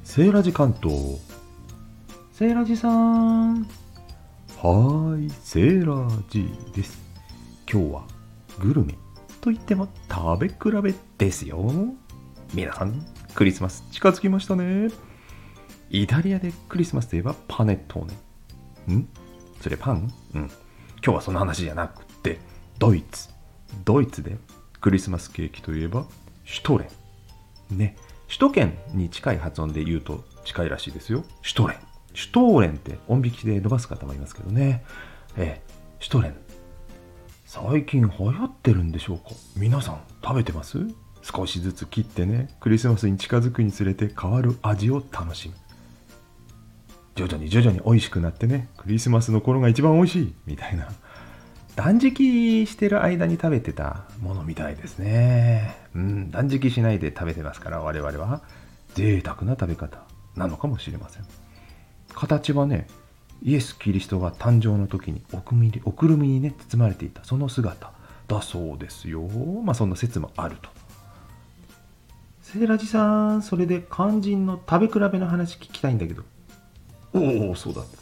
セーラジ関東。セーラジさん。はーい、セーラジです。今日はグルメといっても食べ比べですよ。皆さん、クリスマス近づきましたね。イタリアでクリスマスといえばパネットーネ。それパン？今日はその話じゃなくて、ドイツでクリスマスケーキといえばシュトレン。ね。首都圏に近い発音で言うと近いらしいですよ。シュトーレンって音引きで伸ばす方もいますけどね。シュトレン。最近流行ってるんでしょうか？皆さん食べてます？少しずつ切ってね、クリスマスに近づくにつれて変わる味を楽しむ。徐々に美味しくなってね、クリスマスの頃が一番美味しいみたいな。断食してる間に食べてたものみたいですね。断食しないで食べてますから、我々は贅沢な食べ方なのかもしれません。形はね、イエス・キリストが誕生の時におくるみにね包まれていたその姿だそうですよ。そんな説もあると。セーラジさん、それで肝心の食べ比べの話聞きたいんだけど。おお、そうだった。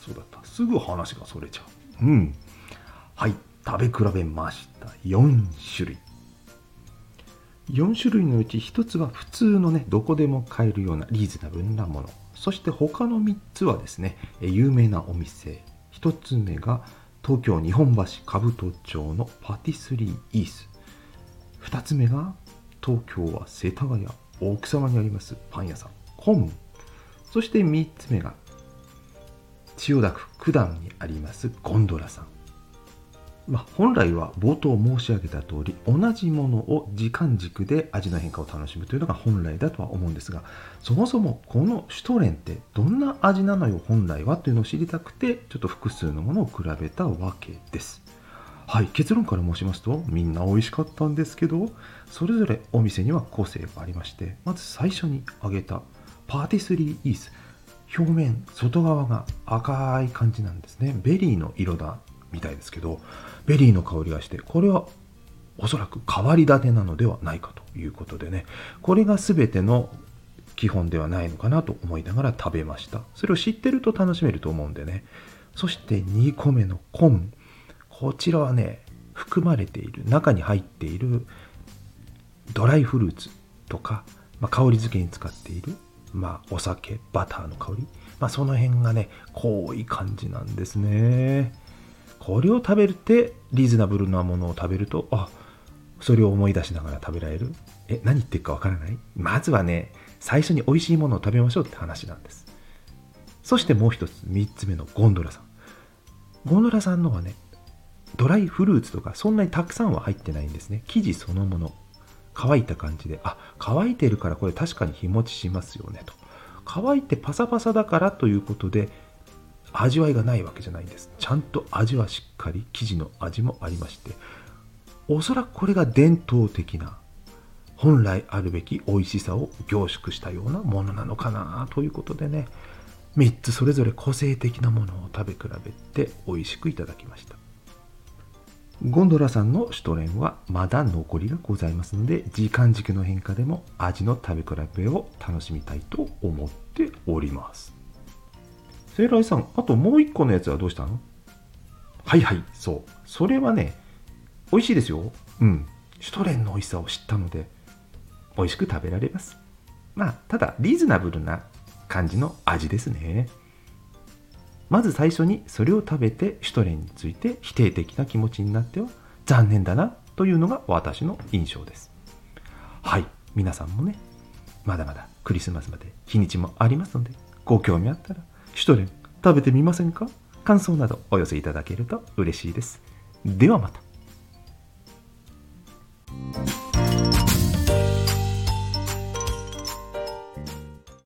すぐ話がそれちゃう。はい、食べ比べました。4種類。4種類のうち1つは普通のね、どこでも買えるようなリーズナブルなもの。そして他の3つはですね、有名なお店。1つ目が東京日本橋兜町のパティスリーイース。2つ目が東京は世田谷大草間にありますパン屋さんコム。そして3つ目が千代田区九段にありますゴンドラさん。本来は冒頭申し上げた通り、同じものを時間軸で味の変化を楽しむというのが本来だとは思うんですが、そもそもこのシュトレンってどんな味なのよ本来はというのを知りたくて、ちょっと複数のものを比べたわけです。はい、結論から申しますと、みんな美味しかったんですけど、それぞれお店には個性がありまして、まず最初に挙げたパティスリーイース、表面外側が赤い感じなんですね。ベリーの色だみたいですけど、ベリーの香りがして、これはおそらく変わり種なのではないかということでね、これが全ての基本ではないのかなと思いながら食べました。それを知ってると楽しめると思うんでね。そして2個目のコム。こちらはね、含まれている、中に入っているドライフルーツとか、香り付けに使っている、お酒、バターの香り、その辺がね、濃い感じなんですね。これを食べるってリーズナブルなものを食べると、それを思い出しながら食べられる。何言ってるかわからない？まずはね、最初に美味しいものを食べましょうって話なんです。そしてもう一つ、3つ目のゴンドラさん。ゴンドラさんのはね、ドライフルーツとかそんなにたくさんは入ってないんですね。生地そのもの。乾いた感じで、乾いてるからこれ確かに日持ちしますよねと。乾いてパサパサだからということで、味わいがないわけじゃないんです。ちゃんと味はしっかり、生地の味もありまして、おそらくこれが伝統的な本来あるべき美味しさを凝縮したようなものなのかなということでね、3つそれぞれ個性的なものを食べ比べて美味しくいただきました。ゴンドラさんのシュトレンはまだ残りがございますので、時間軸の変化でも味の食べ比べを楽しみたいと思っております。セイライさん、あともう一個のやつはどうしたの？はい、そう。それはね、美味しいですよ。シュトレンの美味しさを知ったので、美味しく食べられます。ただ、リーズナブルな感じの味ですね。まず最初にそれを食べて、シュトレンについて否定的な気持ちになっては、残念だなというのが私の印象です。はい、皆さんもね、まだまだクリスマスまで日にちもありますので、ご興味あったら、シュトレン食べてみませんか？感想などお寄せいただけると嬉しいです。ではまた。